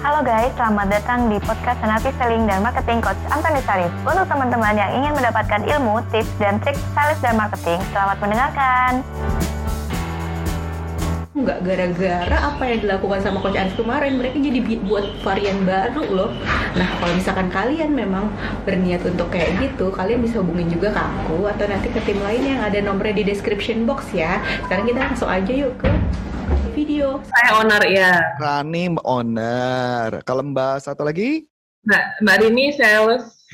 Halo guys, selamat datang di podcast Senapi Selling dan Marketing Coach Antoni Sarif. Untuk teman-teman yang ingin mendapatkan ilmu, tips, dan trik sales dan marketing, selamat mendengarkan. Nggak gara-gara apa yang dilakukan sama Coach Ants kemarin, mereka jadi buat varian baru loh. Nah, kalau misalkan kalian memang berniat untuk kayak gitu, kalian bisa hubungin juga ke aku atau nanti ke tim lain yang ada nomornya di description box ya. Sekarang kita langsung aja yuk ke video. Saya owner ya. Rani owner. Kalau Mbak satu lagi? Mbak Rini sales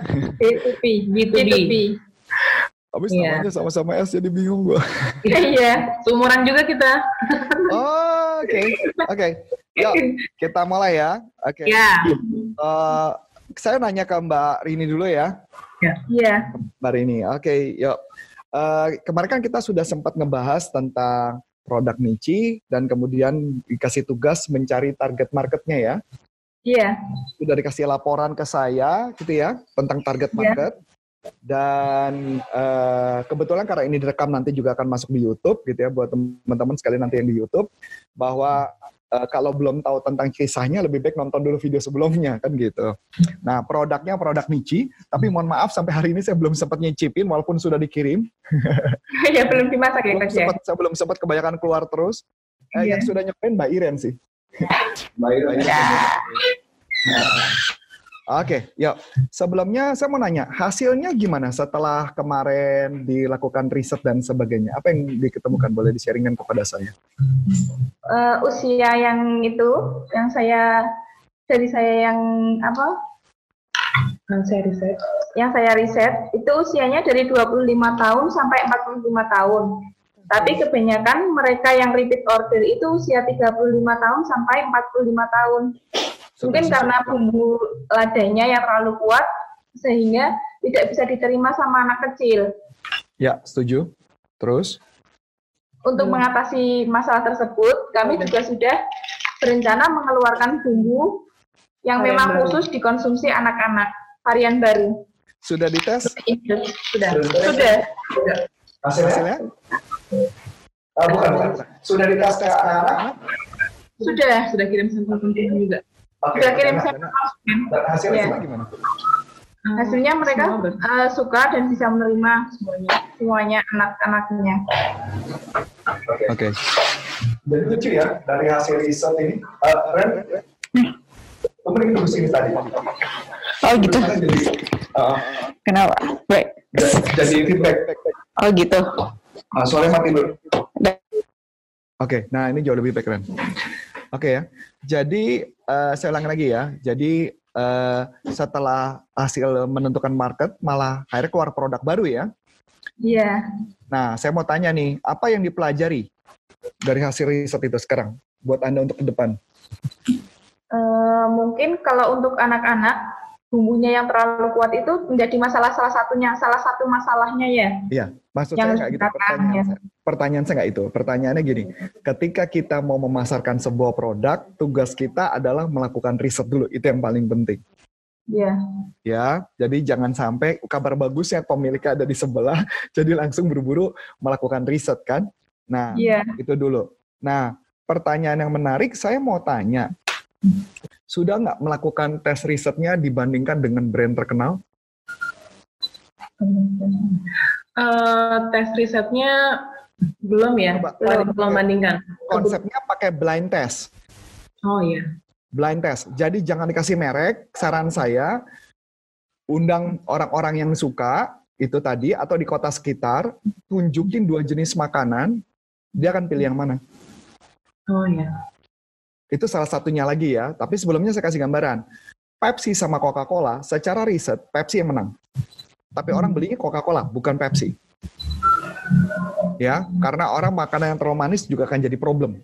B2B. Habis namanya sama-sama S jadi bingung gua. Iya, seumuran juga kita. Oh, oke. Yuk, kita mulai ya. Oke. Ya. Saya nanya ke Mbak Rini dulu ya. Iya. Mbak Rini, oke. Yuk. Kemarin kan kita sudah sempat ngebahas tentang produk niche dan kemudian dikasih tugas mencari target marketnya ya. Iya. Sudah dikasih laporan ke saya gitu ya tentang target market. Dan kebetulan karena ini direkam nanti juga akan masuk di YouTube gitu ya buat teman-teman sekalian nanti yang di YouTube, bahwa kalau belum tahu tentang kisahnya lebih baik nonton dulu video sebelumnya kan gitu. Nah, produknya produk niche, tapi mohon maaf sampai hari ini saya belum sempat nyicipin walaupun sudah dikirim. Ya belum dimasak ya Coach ya. Saya belum sempat kebanyakan keluar terus. Yang sudah nyobain Mbak Iren sih. Mbak Iren. Oke, yuk. Sebelumnya saya mau nanya, hasilnya gimana setelah kemarin dilakukan riset dan sebagainya? Apa yang diketemukan? Boleh di-sharingkan kepada saya? Usia yang itu, yang saya yang apa? Yang saya riset, itu usianya dari 25 tahun sampai 45 tahun. Tapi kebanyakan mereka yang repeat order itu usia 35 tahun sampai 45 tahun. Mungkin karena bumbu ladanya yang terlalu kuat, sehingga tidak bisa diterima sama anak kecil. Ya, setuju. Terus? Untuk mengatasi masalah tersebut, kami juga sudah berencana mengeluarkan bumbu yang memang khusus dikonsumsi anak-anak, varian baru. Sudah dites? Sudah. Hasilnya? Bukan. Sudah dites ke anak-anak? Sudah kirim sampel konten juga. Sudah kirim sampel. Hasilnya gimana? Hasilnya mereka suka dan bisa menerima semuanya anak-anaknya. Oke. Dan lucu ya dari hasil riset ini. Ren, kamu tunggu sini tadi. Oh gitu. Kenapa? Baik. Jadi feedback. Oh gitu. Suaranya mati dulu. Oke, nah ini jauh lebih baik, Ren. Oke ya. Jadi saya ulang lagi ya. Jadi setelah hasil menentukan market, malah akhirnya keluar produk baru ya. Iya. Nah, saya mau tanya nih, apa yang dipelajari dari hasil riset itu sekarang buat Anda untuk ke depan? Mungkin kalau untuk anak-anak, bumbunya yang terlalu kuat itu menjadi salah satu masalahnya ya. Iya, maksud yang saya nggak gitu pertanyaan saya nggak itu. Pertanyaannya gini, ketika kita mau memasarkan sebuah produk, tugas kita adalah melakukan riset dulu, itu yang paling penting. Iya. Ya, jadi jangan sampai kabar bagusnya pemiliknya ada di sebelah, jadi langsung buru-buru melakukan riset kan. Nah, itu dulu. Nah, pertanyaan yang menarik, saya mau tanya, sudah nggak melakukan tes risetnya dibandingkan dengan brand terkenal? Tes risetnya belum ya, belum bandingkan. Konsepnya pakai blind test. Oh iya. Blind test. Jadi jangan dikasih merek. Saran saya, undang orang-orang yang suka itu tadi atau di kota sekitar, tunjukin 2 jenis makanan, dia akan pilih yang mana. Oh iya. Itu salah satunya lagi ya. Tapi sebelumnya saya kasih gambaran. Pepsi sama Coca-Cola, secara riset Pepsi yang menang. Tapi orang belinya Coca-Cola, bukan Pepsi. Ya, karena orang makanan yang terlalu manis juga akan jadi problem.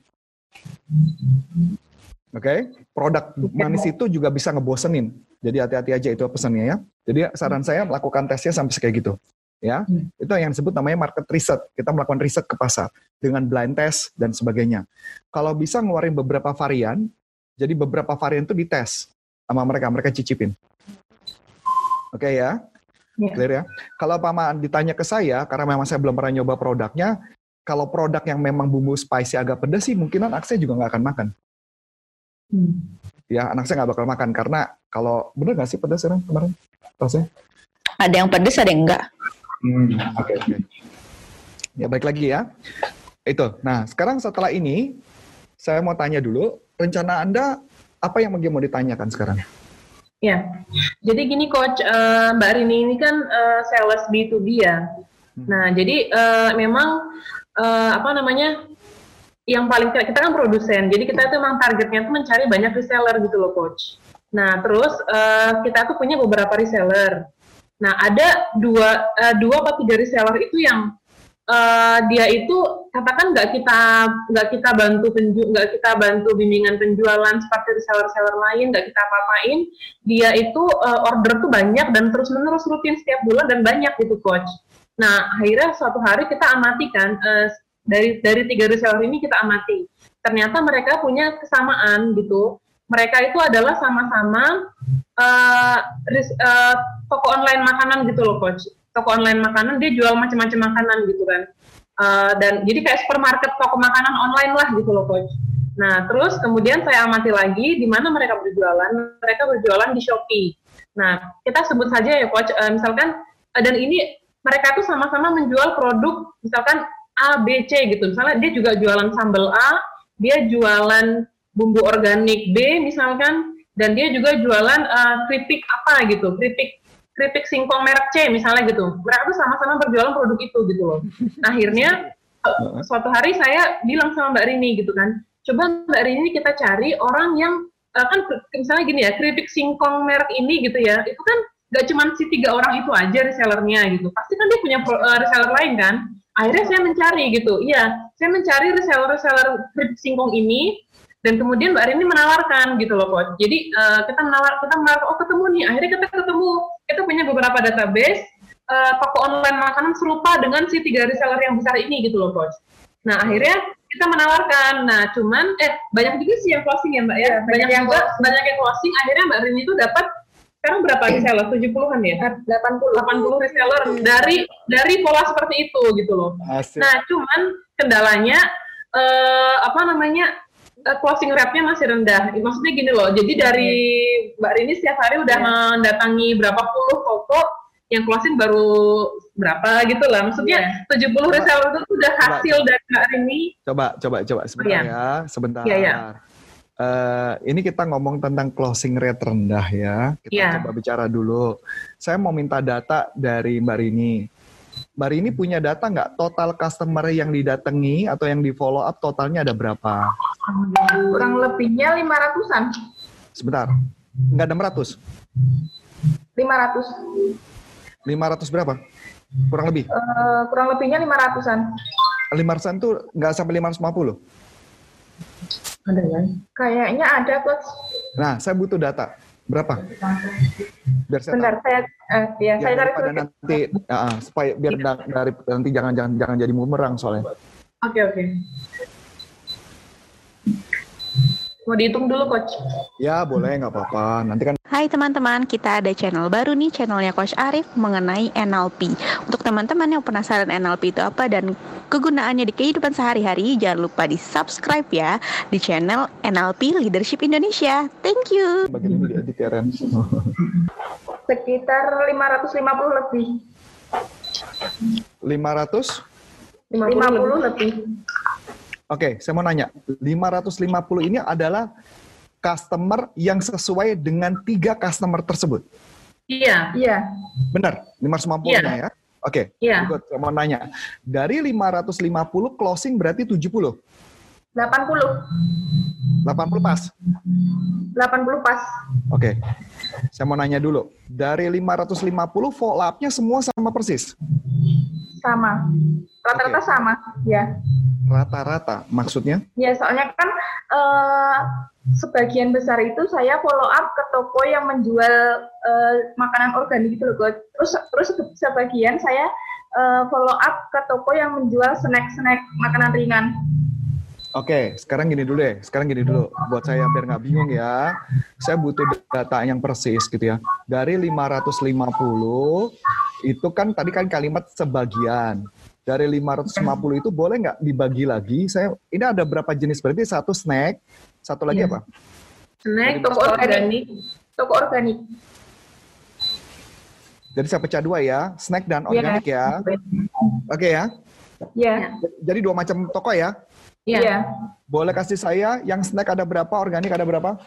Oke, produk manis itu juga bisa ngebosenin. Jadi hati-hati aja itu pesannya ya. Jadi saran saya melakukan tesnya sampai kayak gitu. Ya, itu yang disebut namanya market research. Kita melakukan riset ke pasar dengan blind test dan sebagainya. Kalau bisa ngeluarin beberapa varian, jadi beberapa varian itu dites sama mereka cicipin. Oke ya, clear ya. Kalau paman ditanya ke saya, karena memang saya belum pernah nyoba produknya, kalau produk yang memang bumbu spicy agak pedas sih, mungkinan saya juga nggak akan makan. Ya, anak saya nggak bakal makan karena kalau bener nggak sih pedas kemarin rasanya? Ada yang pedes, ada yang enggak. Oke. Ya baik lagi ya. Itu. Nah, sekarang setelah ini saya mau tanya dulu, rencana Anda apa yang mau ditanyakan sekarang? Ya, jadi gini Coach, Mbak Rini ini kan sales B2B ya. Nah, jadi memang yang paling kita kan produsen, jadi kita tuh memang targetnya tuh mencari banyak reseller gitu loh Coach. Nah, terus kita tuh punya beberapa reseller. Nah, ada dua atau 3 reseller itu yang dia itu katakan nggak kita bantu bimbingan penjualan seperti reseller lain, nggak kita apa-apain. Dia itu order tuh banyak dan terus-menerus rutin setiap bulan dan banyak gitu Coach. Nah, akhirnya suatu hari kita amati kan, dari 3 reseller ini kita amati. Ternyata mereka punya kesamaan gitu. Mereka itu adalah sama-sama toko online makanan gitu loh Coach. Toko online makanan, dia jual macam-macam makanan gitu kan. Dan jadi kayak supermarket toko makanan online lah gitu loh Coach. Nah, terus kemudian saya amati lagi di mana mereka berjualan. Mereka berjualan di Shopee. Nah, kita sebut saja ya Coach, misalkan, dan ini mereka tuh sama-sama menjual produk misalkan A, B, C gitu. Misalnya dia juga jualan sambal A, dia jualan bumbu organik B misalkan, dan dia juga jualan keripik apa gitu, keripik singkong merek C misalnya gitu. Mereka tuh sama-sama berjualan produk itu gitu loh. Nah, akhirnya suatu hari saya bilang sama Mbak Rini gitu kan, coba Mbak Rini kita cari orang yang kan misalnya gini ya, keripik singkong merek ini gitu ya, itu kan gak cuma si 3 orang itu aja resellernya gitu, pasti kan dia punya reseller lain kan. Akhirnya saya mencari gitu, saya mencari reseller keripik singkong ini, dan kemudian Mbak Rini menawarkan gitu loh Coach. Jadi kita menawar, oh ketemu nih, akhirnya kita ketemu, kita punya beberapa database toko online makanan serupa dengan si 3 reseller yang besar ini gitu loh Coach. Nah, akhirnya kita menawarkan. Nah, cuman banyak juga sih yang closing ya Mbak ya. Banyak yang closing. Akhirnya Mbak Rini itu dapat sekarang berapa reseller? 70-an ya? 80 reseller dari pola seperti itu gitu loh. Asik. Nah, cuman kendalanya closing rate-nya masih rendah. Maksudnya gini loh. Jadi dari Mbak Rini setiap hari udah mendatangi berapa puluh toko, yang closing baru berapa gitu lah. Maksudnya 70 reseller itu udah hasil dari Mbak Rini. Coba sebentar ya. Ini kita ngomong tentang closing rate rendah ya. Kita coba bicara dulu. Saya mau minta data dari Mbak Rini. Mbak Rini punya data nggak total customer yang didatangi atau yang di follow up totalnya ada berapa? Kurang lebihnya 500-an. Sebentar, nggak 600? 500. 500 berapa? Kurang lebih? Kurang lebihnya 500-an. 500-an tuh nggak sampai 550? Ada kan? Kayaknya ada Coach. Nah, saya butuh data. Berapa? Biar saya bentar, saya tarik dulu. Nanti supaya biar dari nanti jangan jadi bumerang soalnya. Oke. Mau dihitung dulu Coach? Ya boleh, nggak apa-apa. Nanti kan. Hai teman-teman, kita ada channel baru nih, channelnya Coach Arif mengenai NLP. Untuk teman-teman yang penasaran NLP itu apa dan kegunaannya di kehidupan sehari-hari, jangan lupa di subscribe ya di channel NLP Leadership Indonesia. Thank you. Bagian ini diedit ya Ren. Sekitar 550 lebih. 550 lebih. Oke, saya mau nanya, 550 ini adalah customer yang sesuai dengan 3 customer tersebut? Iya. Benar, 550-nya ya? Oke, saya mau nanya, dari 550 closing berarti 70? 80 pas? 80 pas. Oke, saya mau nanya dulu, dari 550 follow up-nya semua sama persis? Sama, rata-rata sama, ya. Rata-rata, maksudnya? Ya, soalnya kan sebagian besar itu saya follow up ke toko yang menjual makanan organik gitu loh, terus sebagian saya follow up ke toko yang menjual snack-snack makanan ringan. Oke, sekarang gini dulu. Buat saya biar nggak bingung ya, saya butuh data yang persis gitu ya. Dari 550, itu kan tadi kan kalimat sebagian. Dari 550 itu boleh nggak dibagi lagi? Ini ada berapa jenis? Berarti 1 snack, 1 lagi apa? Snack, toko organik. Toko organik. Jadi saya pecah dua ya, snack dan organik ya. Oke ya. Iya. Jadi dua macam toko ya. Iya. Boleh kasih saya yang snack ada berapa, organik ada berapa?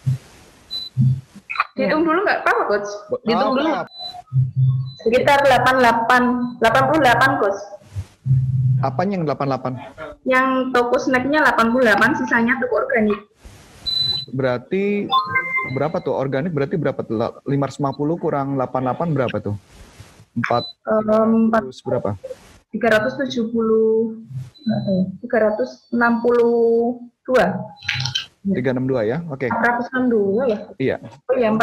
Dihitung dulu nggak apa-apa, Coach? Dihitung dulu. Apa? Sekitar 88, Coach. Apanya yang 88? Yang toko snacknya 88, sisanya toko organik. Berarti berapa tuh? Organik berarti berapa tuh? 550 kurang 88 berapa tuh? 400 berapa? 362. 362 ya? Oke. 462 ya? Iya. Oh iya,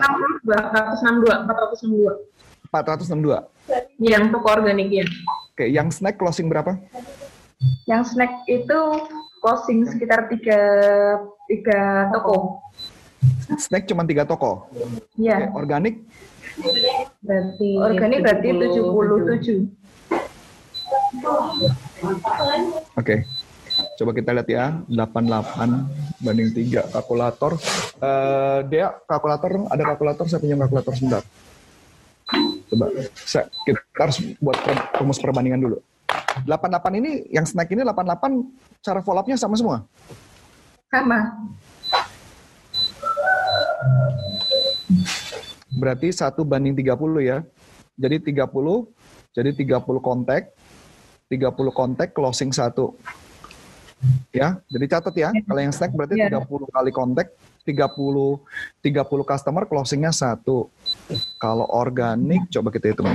462. 462. Yang toko organik ya. Oke, yang snack closing berapa? Yang snack itu closing sekitar 3 toko. Snack cuma 3 toko. Iya. Oke, organik Organik berarti 77. Oke. Coba kita lihat ya, 88 banding 3 kalkulator. Dia kalkulator, ada kalkulator, saya punya kalkulator sebentar. Coba, kita harus buat rumus perbandingan dulu. 88 ini, yang snack ini 88, cara follow up-nya sama semua? Sama. Berarti 1 banding 30 ya. Jadi 30 kontak, 30 kontak, closing 1. Ya, jadi catat ya. Kalau yang snack berarti 30 kali kontak, 30 customer, closingnya 1. Kalau organik, coba kita hitung.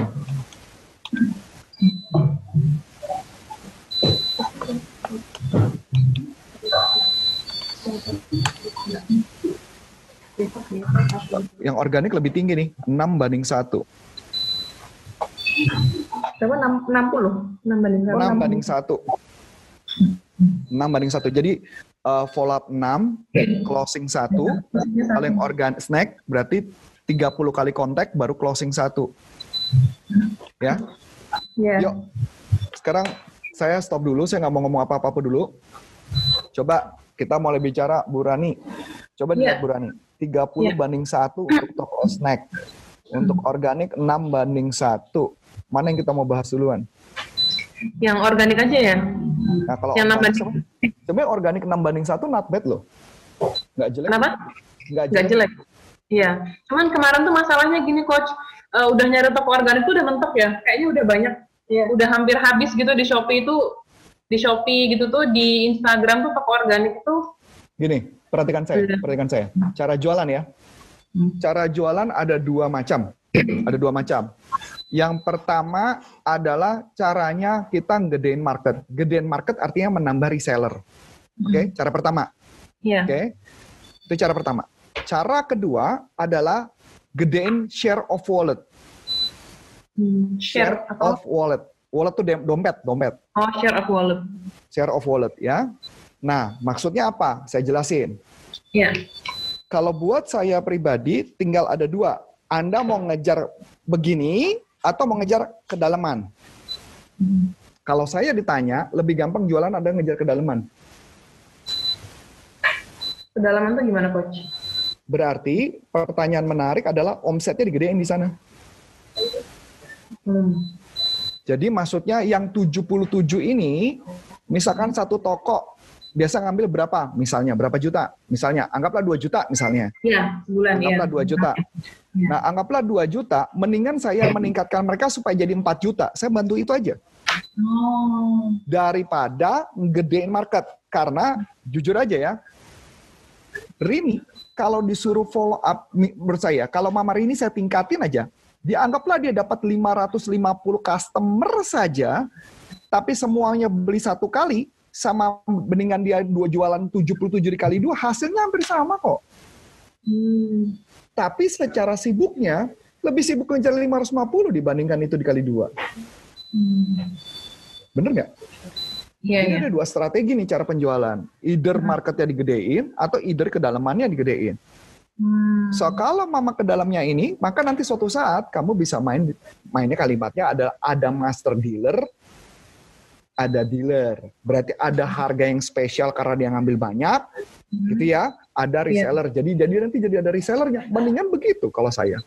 Yang organik lebih tinggi nih, 6 banding 1. Berapa? 60? 6 banding 1. 6 banding 1. Jadi follow up 6, closing 1. Kalau yang organ snack berarti 30 kali kontak baru closing 1. Ya. Iya. Yuk. Sekarang saya stop dulu, saya nggak mau ngomong apa-apa dulu. Coba kita mulai bicara Bu Rani. Coba dilihat Bu Rani. 30 banding 1 untuk toko snack. Untuk organik 6 banding 1. Mana yang kita mau bahas duluan? Yang organik aja ya? Nah, kalau yang sebenarnya organik 6 banding 1 not bad loh. Nggak jelek. Kenapa? Nggak jelek. Iya. Cuman kemarin tuh masalahnya gini, Coach. Udah nyari toko organik tuh udah mentok ya. Kayaknya udah banyak. Ya. Udah hampir habis gitu di Shopee itu. Di Shopee gitu tuh, di Instagram tuh toko organik tuh. Gini, perhatikan saya. Cara jualan ya. Cara jualan ada 2 macam. Ada 2 macam. Yang pertama adalah caranya kita gedein market. Gedein market artinya menambah reseller. Oke, cara pertama. Iya. Oke, itu cara pertama. Cara kedua adalah gedein share of wallet. Share of wallet. Wallet itu dompet. Oh, share of wallet. Share of wallet ya. Nah, maksudnya apa? Saya jelasin. Iya. Kalau buat saya pribadi, tinggal ada 2. Anda mau ngejar begini atau mau ngejar kedalaman? Kalau saya ditanya, lebih gampang jualan Anda ngejar kedalaman. Kedalaman itu gimana, Coach? Berarti pertanyaan menarik adalah omsetnya digedein di sana. Jadi maksudnya yang 77 ini, misalkan satu toko biasa ngambil berapa? Misalnya berapa juta? Misalnya anggaplah 2 juta misalnya. Iya, sebulan ya. Anggaplah 2 juta. Nah, anggaplah 2 juta, mendingan saya meningkatkan mereka supaya jadi 4 juta. Saya bantu itu aja. Daripada ngedein market. Karena jujur aja ya, Rini kalau disuruh follow up menurut saya, kalau Mama Rini saya tingkatin aja, dianggaplah dia dapat 550 customer saja, tapi semuanya beli 1 kali, sama mendingan dia jualan 77 dikali 2, hasilnya hampir sama kok. Tapi secara sibuknya, lebih sibuk ngejar 550 dibandingkan itu dikali 2. Bener nggak? Iya, Jadi ada 2 strategi nih cara penjualan. Either marketnya digedein, atau either kedalamannya digedein. So, kalau mama ke dalamnya ini, maka nanti suatu saat kamu bisa mainnya kalimatnya ada master dealer, ada dealer. Berarti ada harga yang spesial karena dia ngambil banyak, gitu ya. ada reseller. Jadi nanti jadi ada resellernya. Mendingan begitu kalau saya.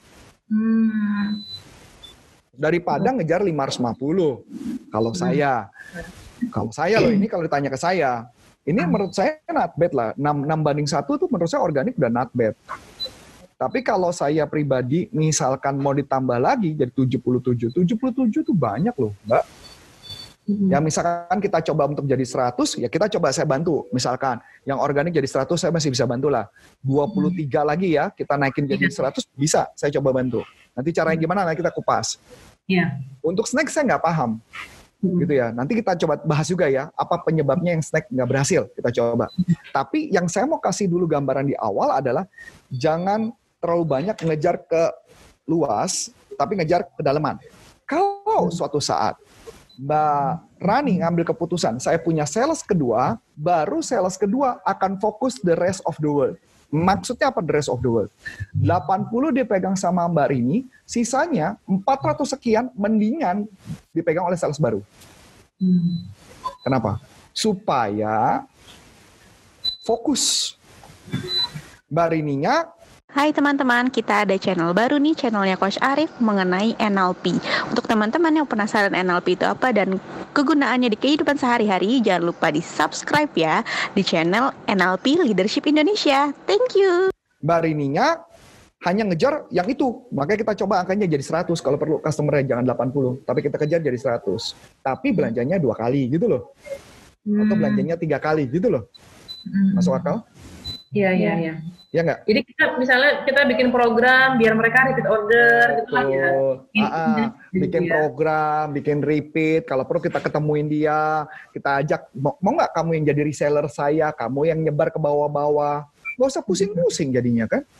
Daripada ngejar 550. Kalau saya loh, ini kalau ditanya ke saya, ini menurut saya not bad lah. 6:1 tuh menurut saya organik udah not bad. Tapi kalau saya pribadi, misalkan mau ditambah lagi jadi 77 tuh banyak loh, Mbak. Ya misalkan kita coba untuk jadi 100, ya kita coba saya bantu. Misalkan yang organik jadi 100, saya masih bisa bantu lah. 23 lagi ya, kita naikin jadi 100, bisa saya coba bantu. Nanti caranya gimana, nanti kita kupas. Untuk snack saya nggak paham. Gitu ya. Nanti kita coba bahas juga ya, apa penyebabnya yang snack nggak berhasil, kita coba. Tapi yang saya mau kasih dulu gambaran di awal adalah, jangan terlalu banyak ngejar ke luas, tapi ngejar kedalaman. Kalau suatu saat Mbak Rani ngambil keputusan, saya punya sales kedua, baru sales kedua akan fokus the rest of the world. Maksudnya apa the rest of the world? 80 dipegang sama Mbak Rini, sisanya 400 sekian mendingan dipegang oleh sales baru. Kenapa? Supaya fokus. Mbak Rininya, Hai teman-teman, kita ada channel baru nih, channelnya Coach Arif mengenai NLP. Untuk teman-teman yang penasaran NLP itu apa dan kegunaannya di kehidupan sehari-hari, jangan lupa di subscribe ya di channel NLP Leadership Indonesia. Thank you. Mbak Rininya hanya ngejar yang itu. Makanya kita coba angkanya jadi 100. Kalau perlu customer-nya jangan 80. Tapi kita kejar jadi 100. Tapi belanjanya 2 kali gitu loh. Atau belanjanya 3 kali gitu loh. Masuk akal? Iya. Ya nggak? Jadi misalnya kita bikin program biar mereka repeat order gitu lah ya. Bikin program, bikin repeat. Kalau perlu kita ketemuin dia, kita ajak, mau nggak kamu yang jadi reseller saya, kamu yang nyebar ke bawah-bawah. Nggak usah pusing-pusing jadinya kan?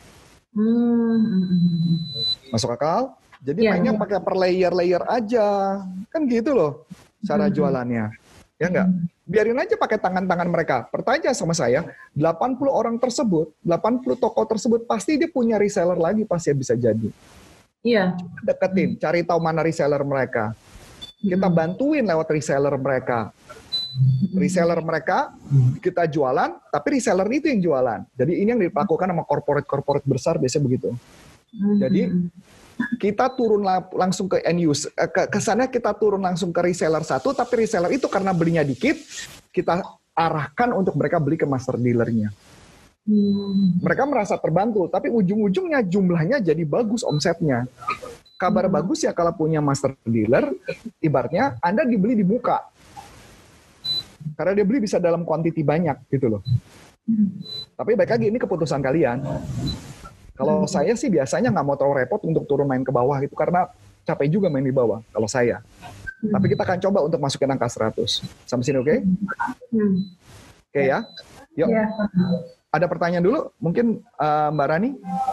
Masuk akal? Jadi mainnya pakai per layer-layer aja. Kan gitu loh cara jualannya. Ya nggak? Biarin aja pakai tangan-tangan mereka. Pertanyaan sama saya, 80 orang tersebut, 80 toko tersebut, pasti dia punya reseller lagi, pasti bisa jadi. Iya. Deketin, cari tahu mana reseller mereka. Kita bantuin lewat reseller mereka. Reseller mereka, kita jualan, tapi reseller itu yang jualan. Jadi ini yang dilakukan sama corporate besar, biasanya begitu. Jadi kita turun langsung ke end use. Kesannya kita turun langsung ke reseller satu, tapi reseller itu karena belinya dikit, kita arahkan untuk mereka beli ke master dealernya. Mereka merasa terbantu, tapi ujung-ujungnya jumlahnya jadi bagus omsetnya. Kabar bagus ya kalau punya master dealer, ibaratnya Anda dibeli di muka. Karena dia beli bisa dalam kuantiti banyak gitu loh. Tapi baik lagi, ini keputusan kalian. Kalau saya sih biasanya nggak mau terlalu repot untuk turun main ke bawah gitu, karena capek juga main di bawah kalau saya. Tapi kita akan coba untuk masukin angka 100. Sampai sini oke? Oke ya? Yuk. Ada pertanyaan dulu? Mungkin Mbak Rani?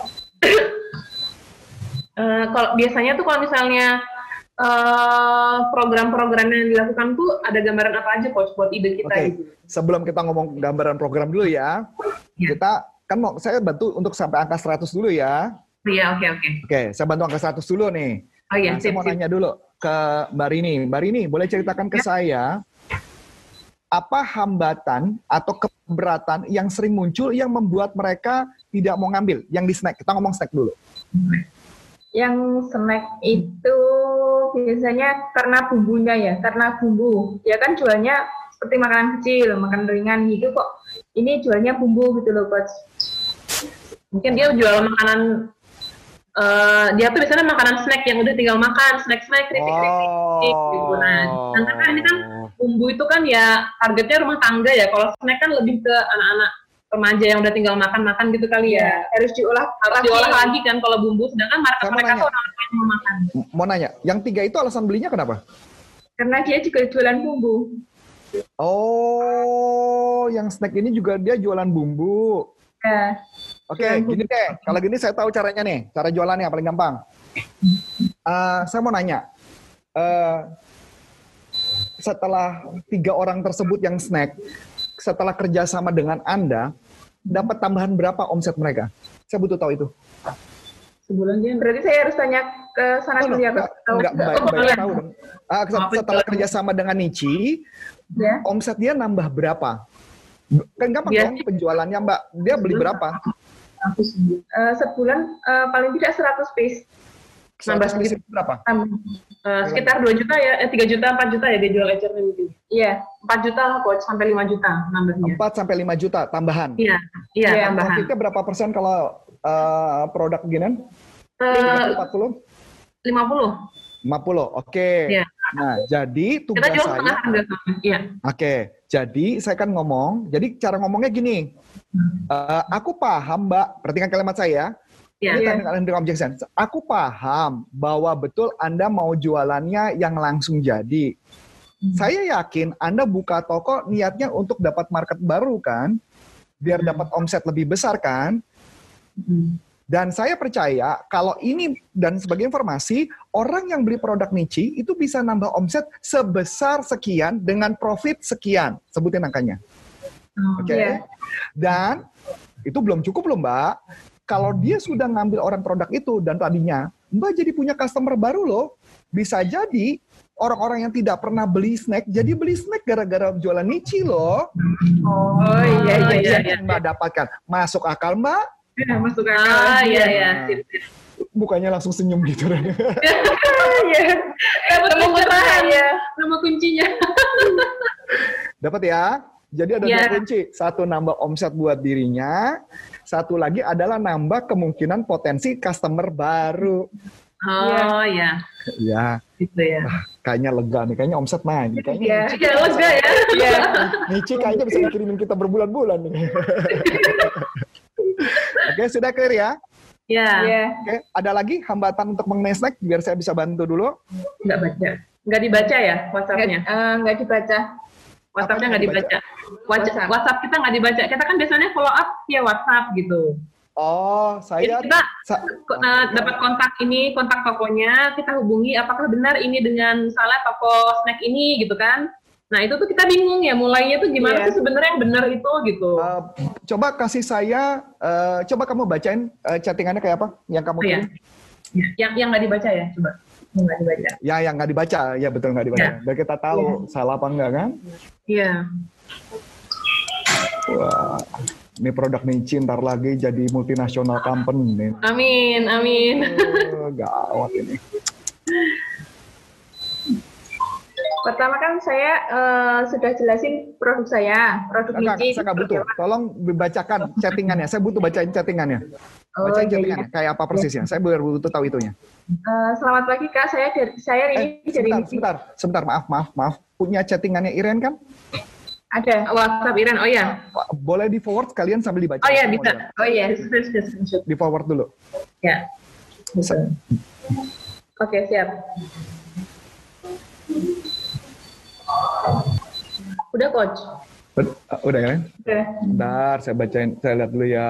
Kalau biasanya tuh kalau misalnya program-program yang dilakukan tuh ada gambaran apa aja Coach buat ide kita gitu. Sebelum kita ngomong gambaran program dulu ya. Kita kan saya bantu untuk sampai angka 100 dulu ya. Iya, oke. Oke, saya bantu angka 100 dulu nih. Oh iya, saya mau nanya dulu ke Mbak Rini. Mbak Rini, boleh ceritakan ke saya apa hambatan atau keberatan yang sering muncul yang membuat mereka tidak mau ngambil yang di snack? Kita ngomong snack dulu. Yang snack itu biasanya karena bumbunya ya, karena bumbu. Ya kan jualnya seperti makanan kecil, makanan ringan gitu kok. Ini jualnya bumbu gitu loh, Coach. Mungkin dia jual makanan, dia tuh biasanya makanan snack yang udah tinggal makan, snack-snack, kritik-kritik gitu. Nah, kan ini kan bumbu itu kan ya targetnya rumah tangga ya. Kalau snack kan lebih ke anak-anak remaja yang udah tinggal makan-makan gitu kali ya. Harus diolah lagi kan kalau bumbu. Sedangkan market mereka tuh orang-orang yang mau makan. Mau nanya, yang 3 itu alasan belinya kenapa? Karena dia juga jualan bumbu. Oh, yang snack ini juga dia jualan bumbu. Ya. Oke, gini deh. Kalau gini saya tahu caranya nih. Cara jualannya yang paling gampang. Saya mau nanya. Setelah 3 orang tersebut yang snack, setelah kerjasama dengan Anda, dapat tambahan berapa omset mereka? Saya butuh tahu itu. Sebulan dia. Berarti saya harus tanya ke sana dulu ya, Pak? Enggak, baik tahu dong. Setelah kerjasama dengan Nichi, omset dia nambah berapa? Kan gampang dong penjualannya Mbak. Dia beli berapa? Sebulan paling tidak 100 piece. 100 piece itu berapa? Sekitar 2 juta ya, 3 juta, 4 juta ya dia jual ecernya mungkin. Iya, 4 juta lah coach, sampai 5 juta nambahnya. 4 sampai 5 juta tambahan? Iya, tambahan. Profitnya berapa persen kalau produk beginian? 40? 50, oke. Iya. Nah, jadi tugas kita jual saya... setengah harga. Iya. Oke, jadi saya kan ngomong, jadi cara ngomongnya gini. Aku paham Mbak, perhatikan kalimat saya. Iya. Objection. Aku paham bahwa betul Anda mau jualannya yang langsung jadi. Saya yakin Anda buka toko niatnya untuk dapat market baru kan? Biar dapat omset lebih besar kan? Dan saya percaya kalau ini dan sebagai informasi, orang yang beli produk Niche itu bisa nambah omset sebesar sekian dengan profit sekian. Sebutin angkanya. Oke. Iya. Dan itu belum cukup loh Mbak. Kalau dia sudah ngambil orang produk itu dan tadinya Mbak jadi punya customer baru loh. Bisa jadi orang-orang yang tidak pernah beli snack jadi beli snack gara-gara jualan Niche loh. Oh iya. Mbak dapatkan. Masuk akal Mbak? Ya, masuk akal. Iya. Bukannya langsung senyum gitu. Iya. Nemu pencerahan ya. Nemu kuncinya. Dapat ya? Jadi ada dua kunci. Satu, nambah omset buat dirinya. Satu lagi adalah nambah kemungkinan potensi customer baru. Oh iya. Ya. Gitu ya. Kayaknya lega nih. Kayaknya omset naik. Iya, lega ya. Iya. Niche kayaknya bisa dikirimin kita berbulan-bulan nih. Oke, sudah clear ya? Iya. Oke, ada lagi hambatan untuk mengenai snack biar saya bisa bantu dulu? Nggak dibaca ya WhatsApp-nya? Nggak dibaca. WhatsApp-nya nggak dibaca. WhatsApp kita nggak dibaca. Kita kan biasanya follow up via WhatsApp gitu. Oh, saya... Jadi kita dapat kontak tokonya, kita hubungi apakah benar ini dengan misalnya toko snack ini gitu kan. Nah itu tuh kita bingung ya, mulainya tuh gimana sih sebenarnya yang benar itu gitu. Coba kasih saya, coba kamu bacain chattingannya kayak apa yang kamu kirim. Yang nggak dibaca ya, coba. Nggak dibaca. Ya, yang nggak dibaca, ya betul nggak dibaca. Biar kita tahu salah apa enggak kan? Iya. Wah, ini produk Niche ntar lagi jadi multinasional company nih. Amin. Gawat ini. Pertama kan saya sudah jelasin produk saya, produk Niche. Saya nggak butuh. Tolong dibacakan chattingannya. Saya butuh bacain chattingannya. Bacain chattingannya. Kayak apa persisnya? Saya butuh tahu itunya. Selamat pagi Kak. Saya Rini dari Niche. Sebentar. Maaf. Punya chattingannya Iren kan? Ada. WhatsApp Iren. Oh ya. Boleh di forward kalian sambil dibaca. Oh ya bisa. Oh iya. Di forward dulu. Ya. Bisa. Oke, siap. Udah coach? Udah kan? Udah. Bentar, saya lihat dulu ya.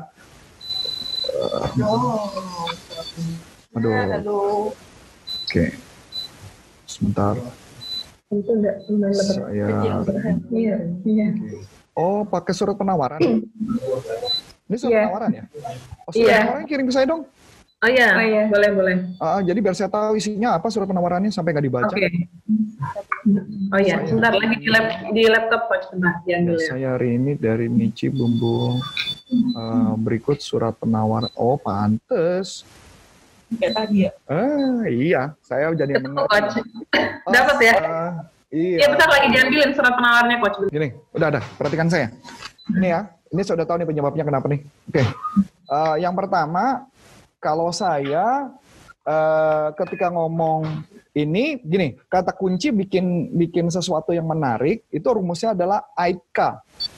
Aduh. Oke. Sebentar. Itu enggak Saya. Iya. Oh, pakai surat penawaran. Ini surat penawaran ya? Oh, surat penawaran kirim ke saya dong. Oh iya, boleh. Jadi biar saya tahu isinya apa surat penawarannya sampai nggak dibaca. Oke. Oh iya, sebentar lagi di laptop coach sebentar diambil ya. Saya Rini dari Niche Bumbung. Berikut surat penawaran. Oh, pantes. Kayak tadi ya. Iya, saya jadi mengerti. Dapat ya? Iya, bentar lagi diambilin surat penawarannya coach. Gini, udah. Perhatikan saya. Ini ya, ini saya udah tahu nih penyebabnya kenapa nih. Oke. Yang pertama, kalau saya ketika ngomong ini, gini, kata kunci bikin sesuatu yang menarik, itu rumusnya adalah AIDCA.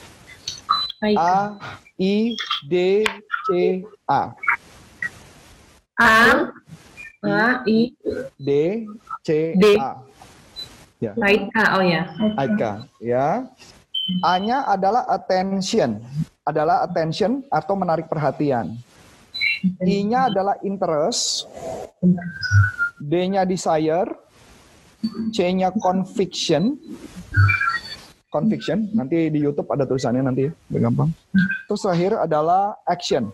A-I-D-C-A. A-I-D-C-A. Ya. AIDCA, oh ya. AIDCA, ya. A-nya adalah attention atau menarik perhatian. I-nya adalah interest, D-nya desire, C-nya conviction, nanti di YouTube ada tulisannya nanti ya, biar gampang. Terus terakhir adalah action.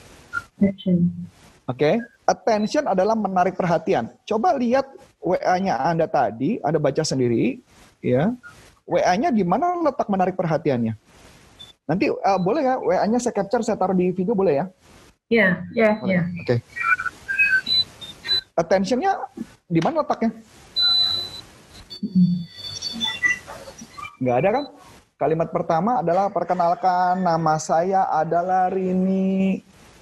Oke, attention adalah menarik perhatian. Coba lihat WA-nya Anda tadi, Anda baca sendiri, ya. WA-nya di mana letak menarik perhatiannya? Nanti boleh ya WA-nya saya capture, saya taruh di video, boleh ya? Iya, iya, Boleh. iya. Oke. Attention-nya di mana letaknya? Nggak ada kan? Kalimat pertama adalah perkenalkan, nama saya adalah Rini.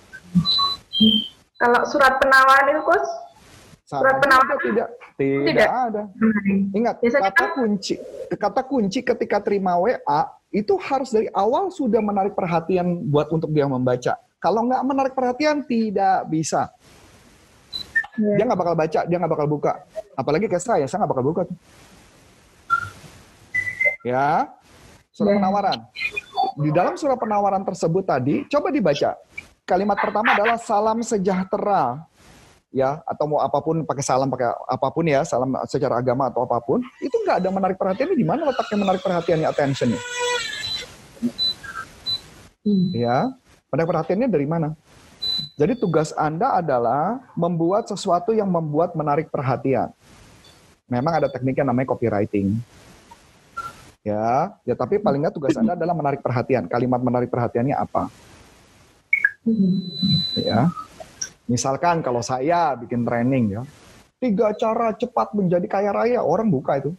Kalau surat penawaran itu, Coach? Surat penawaran tidak ada. Ingat, Biasanya kata kunci ketika terima WA itu harus dari awal sudah menarik perhatian buat untuk dia membaca. Kalau nggak menarik perhatian, tidak bisa. Dia nggak bakal baca, dia nggak bakal buka. Apalagi kayak saya nggak bakal buka tuh. Ya, surat penawaran. Di dalam surat penawaran tersebut tadi, coba dibaca. Kalimat pertama adalah salam sejahtera. Ya, atau mau apapun pakai salam, pakai apapun ya, salam secara agama atau apapun, itu nggak ada menarik perhatiannya. Di mana letaknya menarik perhatiannya, attention-nya? Ya, menarik perhatiannya dari mana? Jadi tugas Anda adalah membuat sesuatu yang membuat menarik perhatian. Memang ada tekniknya namanya copywriting. Ya, tapi paling nggak tugas Anda adalah menarik perhatian. Kalimat menarik perhatiannya apa? Ya. Misalkan kalau saya bikin training ya, 3 cara cepat menjadi kaya raya, orang buka itu.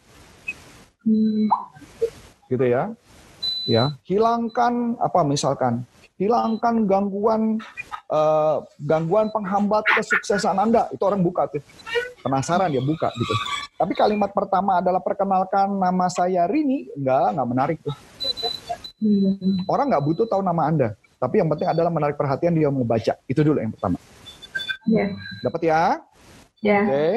Gitu ya. Ya, hilangkan apa misalkan? Hilangkan gangguan penghambat kesuksesan Anda. Itu orang buka tuh. Penasaran dia buka gitu. Tapi kalimat pertama adalah perkenalkan nama saya Rini, enggak menarik tuh. Orang nggak butuh tahu nama Anda. Tapi yang penting adalah menarik perhatian dia mau baca. Itu dulu yang pertama. Dapat ya? Oke.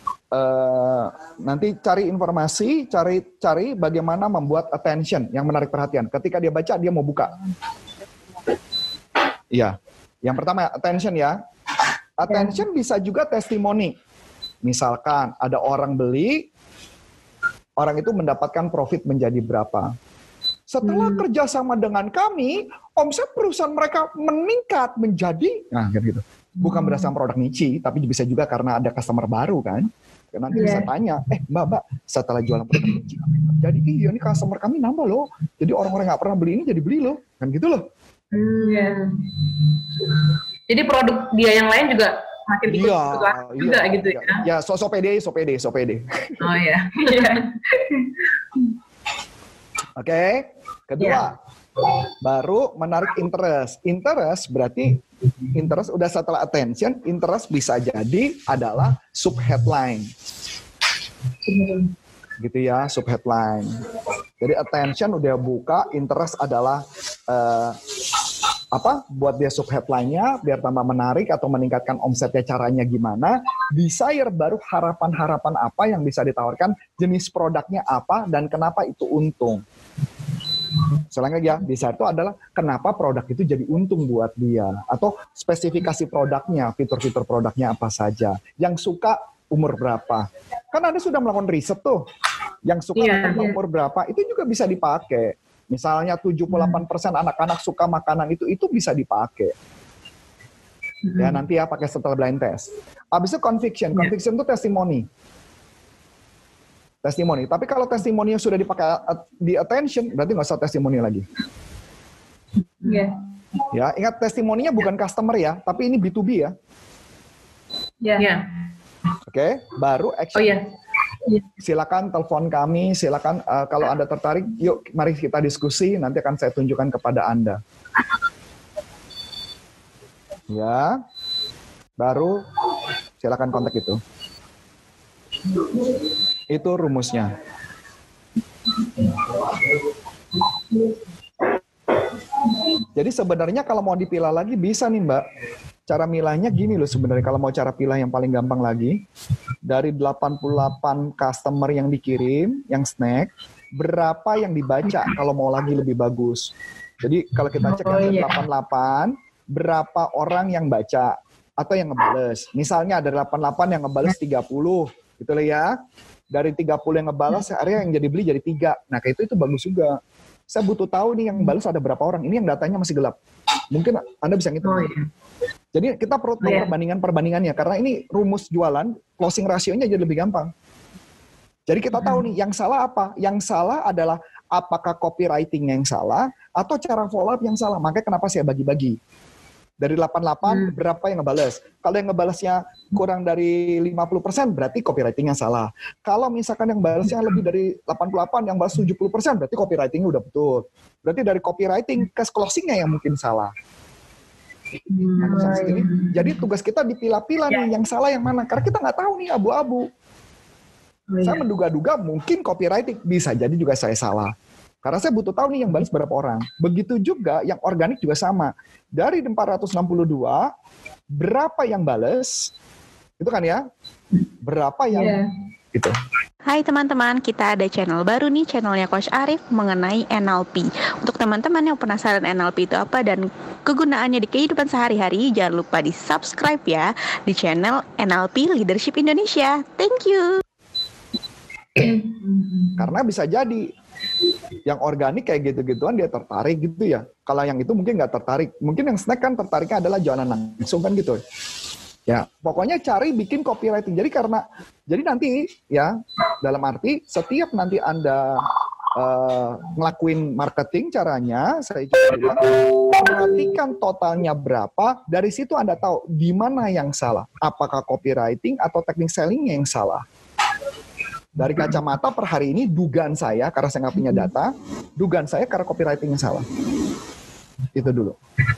Nanti cari informasi, cari bagaimana membuat attention yang menarik perhatian. Ketika dia baca, dia mau buka. Iya. Yang pertama attention ya. Attention bisa juga testimoni. Misalkan ada orang beli, orang itu mendapatkan profit menjadi berapa. Setelah kerjasama dengan kami, omset perusahaan mereka meningkat menjadi, nah gitu. Bukan berdasarkan produk niche, tapi bisa juga karena ada customer baru kan. Nanti bisa tanya, mbak, setelah jualan produk niche, jadi iya nih customer kami nambah loh. Jadi orang-orang nggak pernah beli ini jadi beli loh, kan gitu loh. Jadi produk dia yang lain juga makin ikut juga gitu ya. Ya, so pede. Oh ya. Oke. Kedua, baru menarik interest. Interest berarti interest udah setelah attention, interest bisa jadi adalah sub headline. Gitu ya, sub headline. Jadi attention udah buka, interest adalah buat dia sub headline-nya biar tambah menarik atau meningkatkan omsetnya, caranya gimana. Desire baru harapan-harapan apa yang bisa ditawarkan, jenis produknya apa dan kenapa itu untung. Selanjutnya desire itu adalah kenapa produk itu jadi untung buat dia, atau spesifikasi produknya, fitur-fitur produknya apa saja. Yang suka umur berapa. Kan Anda sudah melakukan riset tuh. Yang suka umur berapa itu juga bisa dipakai. Misalnya 78% anak-anak suka makanan itu bisa dipakai. Ya nanti ya pakai setelah blind test. Habis itu conviction. Conviction itu testimoni. Tapi kalau testimoninya sudah dipakai di attention, berarti nggak usah testimoni lagi. Ya, ingat testimoninya bukan customer ya, tapi ini B2B ya. Oke, baru action. Silakan telepon kami, silakan kalau Anda tertarik, yuk mari kita diskusi, nanti akan saya tunjukkan kepada Anda. Ya, baru silakan kontak itu. Itu rumusnya. Jadi sebenarnya kalau mau dipilah lagi bisa nih Mbak. Cara milahnya gini loh sebenarnya, kalau mau cara pilah yang paling gampang lagi. Dari 88 customer yang dikirim, yang snack, berapa yang dibaca kalau mau lagi lebih bagus. Jadi kalau kita cek yang 88, berapa orang yang baca atau yang ngebales. Misalnya ada 88 yang ngebales 30, gitu lah ya. Dari 30 yang ngebales, akhirnya yang jadi beli jadi 3. Nah kayak itu bagus juga. Saya butuh tahu nih yang balas ada berapa orang. Ini yang datanya masih gelap. Mungkin Anda bisa ngitung. Jadi kita perlu tahu perbandingannya. Karena ini rumus jualan, closing rasionya jadi lebih gampang. Jadi kita tahu nih, yang salah apa? Yang salah adalah apakah copywriting yang salah atau cara follow up yang salah. Makanya kenapa saya bagi-bagi. Dari 88, berapa yang ngebales? Kalau yang ngebalesnya kurang dari 50%, berarti copywriting yang salah. Kalau misalkan yang balesnya lebih dari 88, yang balas 70%, berarti copywriting udah betul. Berarti dari copywriting ke closingnya yang mungkin salah. Jadi tugas kita dipilah-pilah nih, yang salah yang mana. Karena kita nggak tahu nih, abu-abu. Saya menduga-duga mungkin copywriting, bisa jadi juga saya salah. Karena saya butuh tahu nih yang balas berapa orang. Begitu juga yang organik juga sama. Dari 462, berapa yang balas? Itu kan ya? Berapa yang itu? Hai teman-teman, kita ada channel baru nih, channelnya Coach Arif mengenai NLP. Untuk teman-teman yang penasaran NLP itu apa dan kegunaannya di kehidupan sehari-hari, jangan lupa di subscribe ya di channel NLP Leadership Indonesia. Thank you. Karena bisa jadi yang organik kayak gitu-gituan dia tertarik gitu ya. Kalau yang itu mungkin nggak tertarik. Mungkin yang snack kan tertariknya adalah jualan langsung kan gitu. Ya, pokoknya cari bikin copywriting. Jadi nanti ya dalam arti setiap nanti Anda ngelakuin marketing caranya, saya coba perhatikan totalnya berapa. Dari situ Anda tahu di mana yang salah. Apakah copywriting atau teknik sellingnya yang salah. Dari kacamata per hari ini, dugaan saya, karena saya nggak punya data, dugaan saya karena copywriting yang salah. Itu dulu.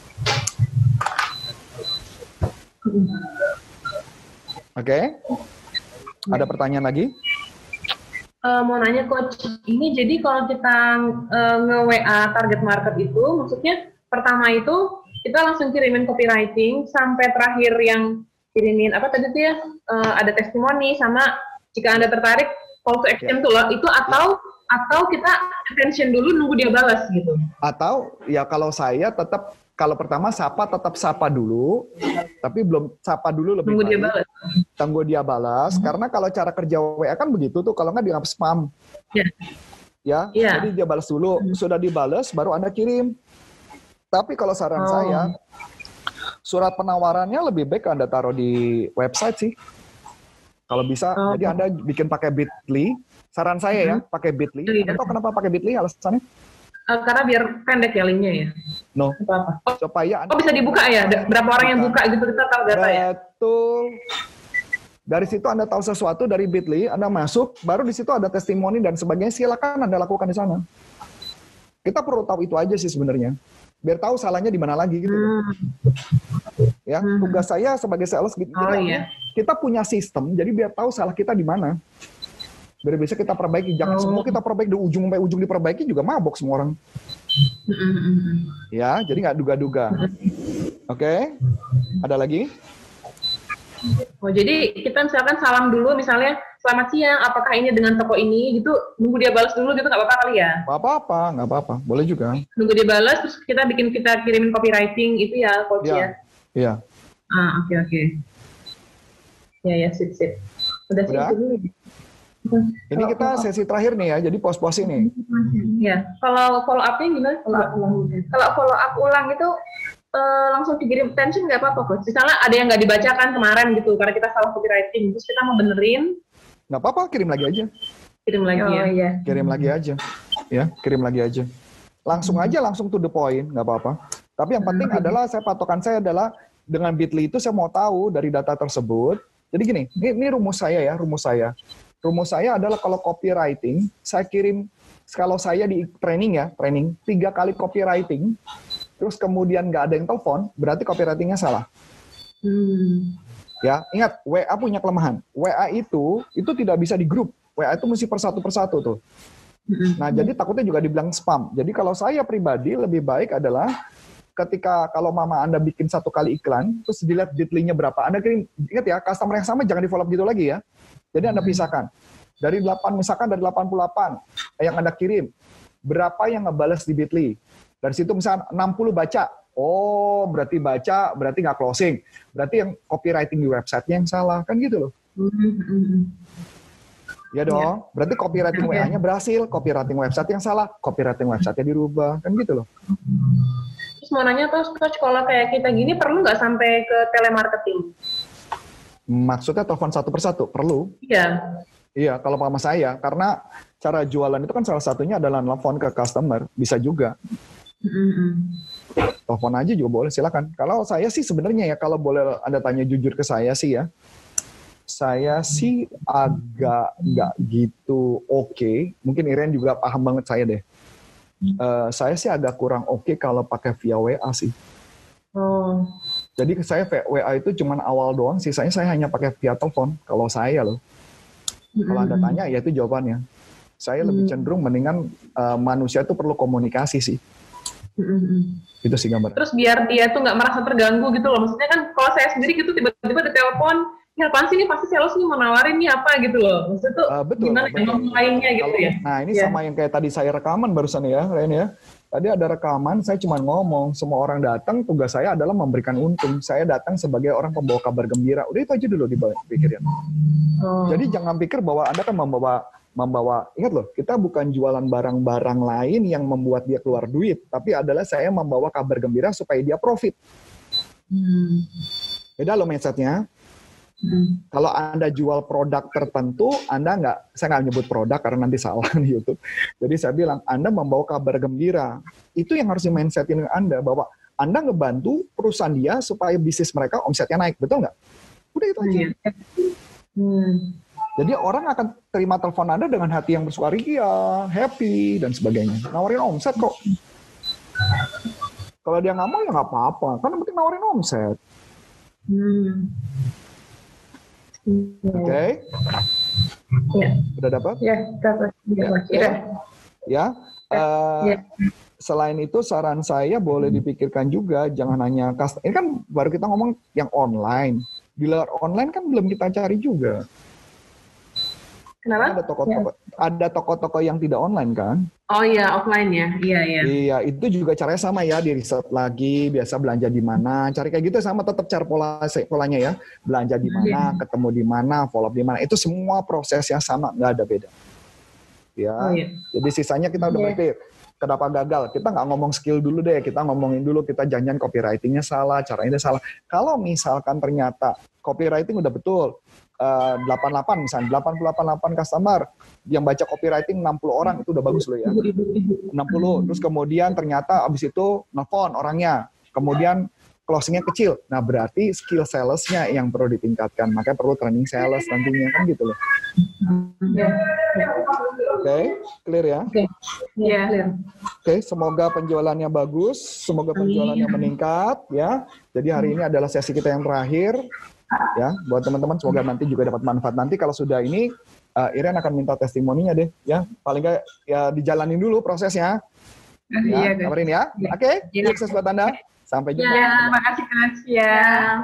Oke? Ada pertanyaan lagi? Mau nanya Coach, ini jadi kalau kita nge-WA target market itu, maksudnya pertama itu kita langsung kirimin copywriting, sampai terakhir yang kirimin, apa tadi tuh ya, ada testimoni, sama jika Anda tertarik, call to action tuh loh, itu atau kita attention dulu nunggu dia balas gitu. Atau ya kalau saya tetap, kalau pertama tetap sapa dulu, tapi belum sapa dulu lebih nunggu baik. Dia balas. Tunggu dia balas, karena kalau cara kerja WA kan begitu tuh, kalau nggak dianggap spam. Ya, jadi dia balas dulu, sudah dibalas baru Anda kirim. Tapi kalau saran saya, surat penawarannya lebih baik Anda taruh di website sih. Kalau bisa, jadi Anda bikin pakai Bitly. Saran saya ya, pakai Bitly. Anda tahu kenapa pakai Bitly alasannya? Karena biar pendek ya linknya ya. No. Supaya Anda bisa dibuka ya? Berapa orang yang buka gitu, kita tahu data ya? Betul. Dari situ Anda tahu sesuatu dari Bitly, Anda masuk, baru di situ ada testimoni dan sebagainya, silakan Anda lakukan di sana. Kita perlu tahu itu aja sih sebenarnya. Biar tahu salahnya di mana lagi gitu. Ya, tugas saya sebagai sales gitu. Kita punya sistem, jadi biar tahu salah kita di mana. Biar bisa kita perbaiki. Jangan semua kita perbaiki dari ujung sampai ujung diperbaiki juga mabok semua orang. Ya, jadi nggak duga-duga. Oke, ada lagi? Oh, jadi kita misalkan salam dulu, misalnya selamat siang, apakah ini dengan toko ini gitu, nunggu dia balas dulu gitu, nggak apa-apa kali ya? Nggak apa-apa, boleh juga. Nunggu dia balas, terus kita kirimin copywriting itu ya, Coach ya? Iya. Oke. Ya, sip. Udah? Dulu. Ini kita sesi terakhir nih ya, jadi pos-pos ini. Ya, kalau follow up-nya gimana? Kalau follow up ulang itu langsung dikirim attention nggak apa-apa, Coach? Misalnya ada yang nggak dibacakan kemarin gitu, karena kita salah copywriting, terus kita mau benerin. Nggak apa-apa, kirim lagi aja. Kirim lagi ya? Kirim lagi aja. Ya, kirim lagi aja. Langsung to the point, nggak apa-apa. Tapi yang penting adalah, patokan saya adalah, dengan Bitly itu saya mau tahu dari data tersebut. Jadi gini, ini rumus saya ya, rumus saya adalah kalau copywriting, saya kirim, kalau saya di training 3 kali copywriting, terus kemudian nggak ada yang telepon, berarti copywritingnya salah. Ya, ingat, WA punya kelemahan. WA itu tidak bisa di grup. WA itu mesti persatu tuh. Nah, jadi takutnya juga dibilang spam. Jadi kalau saya pribadi lebih baik adalah ketika kalau mama Anda bikin 1 kali iklan, terus dilihat Bitly-nya berapa, Anda kirim, ingat ya, customer yang sama jangan di follow up gitu lagi ya. Jadi Anda pisahkan. Dari 88 yang Anda kirim, berapa yang ngebales di Bitly? Dari situ misalkan 60 baca. Oh, berarti baca, berarti nggak closing. Berarti yang copywriting di website-nya yang salah. Kan gitu loh. Ya dong. Berarti copywriting WA-nya berhasil, copywriting website yang salah, copywriting website-nya dirubah. Kan gitu loh. Terus mau nanya, Coach, kalau kayak kita gini perlu nggak sampai ke telemarketing? Maksudnya telepon satu persatu? Perlu. Iya. Iya, kalau sama saya. Karena cara jualan itu kan salah satunya adalah nelfon ke customer, bisa juga. Telepon aja juga boleh, silakan. Kalau saya sih sebenarnya ya, kalau boleh Anda tanya jujur ke saya sih ya, saya sih agak nggak gitu oke. Mungkin Iren juga paham banget saya deh. Saya sih agak kurang oke kalau pakai via WA sih. Jadi saya WA itu cuman awal doang, sisanya saya hanya pakai via telepon. Kalau saya loh. Kalau Anda tanya ya itu jawabannya. Saya lebih cenderung mendingan manusia itu perlu komunikasi sih. Itu sih gambar. Terus biar dia tuh nggak merasa terganggu gitu loh. Maksudnya kan kalau saya sendiri gitu tiba-tiba ada telepon, ya apaan sih ini, pasti sales nih mau nawarin nih apa gitu loh. Maksudnya tuh betul, gimana ngomongnya gitu ya. Nah ini sama yang kayak tadi saya rekaman barusan ya, Ren ya. Tadi ada rekaman, saya cuma ngomong, semua orang datang, tugas saya adalah memberikan untung. Saya datang sebagai orang pembawa kabar gembira. Udah itu aja dulu dipikirin. Jadi jangan pikir bahwa Anda kan membawa, ingat loh, kita bukan jualan barang-barang lain yang membuat dia keluar duit, tapi adalah saya membawa kabar gembira supaya dia profit. Beda loh mindsetnya. Kalau Anda jual produk tertentu, saya nggak nyebut produk karena nanti salah di YouTube. Jadi saya bilang, Anda membawa kabar gembira. Itu yang harus di-mindsetin Anda, bahwa Anda ngebantu perusahaan dia supaya bisnis mereka omsetnya naik. Betul nggak? Udah itu aja. Jadi orang akan terima telepon Anda dengan hati yang bersukaria, happy, dan sebagainya. Nawarin omset kok. Kalau dia nggak mau, ya nggak apa-apa. Kan yang penting nawarin omset. Oke. Udah dapat? Ya, dapat. Ya. Selain itu, saran saya boleh dipikirkan juga, jangan hanya ini kan baru kita ngomong yang online. Di luar online kan belum kita cari juga. Kenapa? Ada toko-toko yang tidak online kan? Oh iya, offline ya. Iya. Iya, itu juga caranya sama ya, di riset lagi, biasa belanja di mana, cari kayak gitu sama, tetap cara polanya ya. Belanja di mana, ketemu di mana, follow up di mana. Itu semua prosesnya sama, nggak ada beda. Ya. Jadi sisanya kita udah berpikir, kenapa gagal? Kita nggak ngomong skill dulu deh, kita ngomongin dulu, kita janjian copywritingnya salah, caranya salah. Kalau misalkan ternyata copywriting udah betul, 88 misalnya, 88 customer yang baca copywriting 60 orang, itu udah bagus loh ya. 60, terus kemudian ternyata abis itu nelfon orangnya, kemudian closingnya kecil. Nah berarti skill salesnya yang perlu ditingkatkan, makanya perlu training sales nantinya kan gitu loh. Oke, clear ya? Oke, semoga penjualannya bagus, semoga penjualannya meningkat ya. Jadi hari ini adalah sesi kita yang terakhir. Ya, buat teman-teman semoga nanti juga dapat manfaat. Nanti kalau sudah ini, Iren akan minta testimoninya deh, ya. Paling nggak ya dijalanin dulu prosesnya. Ya, kabarin ya. Oke, sukses buat Anda. Sampai jumpa. Ya, makasih ya.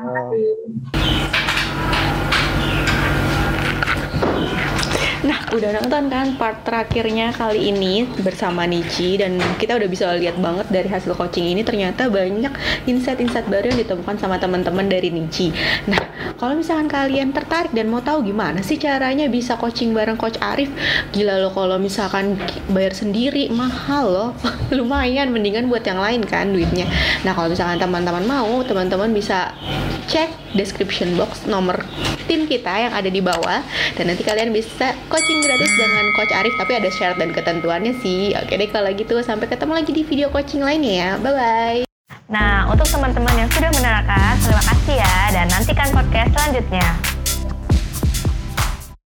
Nah, udah nonton kan part terakhirnya kali ini bersama Nici, dan kita udah bisa lihat banget dari hasil coaching ini ternyata banyak insight-insight baru yang ditemukan sama teman-teman dari Nici. Nah, kalau misalkan kalian tertarik dan mau tahu gimana sih caranya bisa coaching bareng Coach Arif, gila loh kalau misalkan bayar sendiri mahal loh. Lumayan, mendingan buat yang lain kan duitnya. Nah, kalau misalkan teman-teman mau, teman-teman bisa cek description box nomor tim kita yang ada di bawah, dan nanti kalian bisa coaching gratis dengan Coach Arif, tapi ada syarat dan ketentuannya sih. Oke deh kalau gitu, sampai ketemu lagi di video coaching lainnya ya. Bye-bye. Nah, untuk teman-teman yang sudah menerangkan, terima kasih ya, dan nantikan podcast selanjutnya.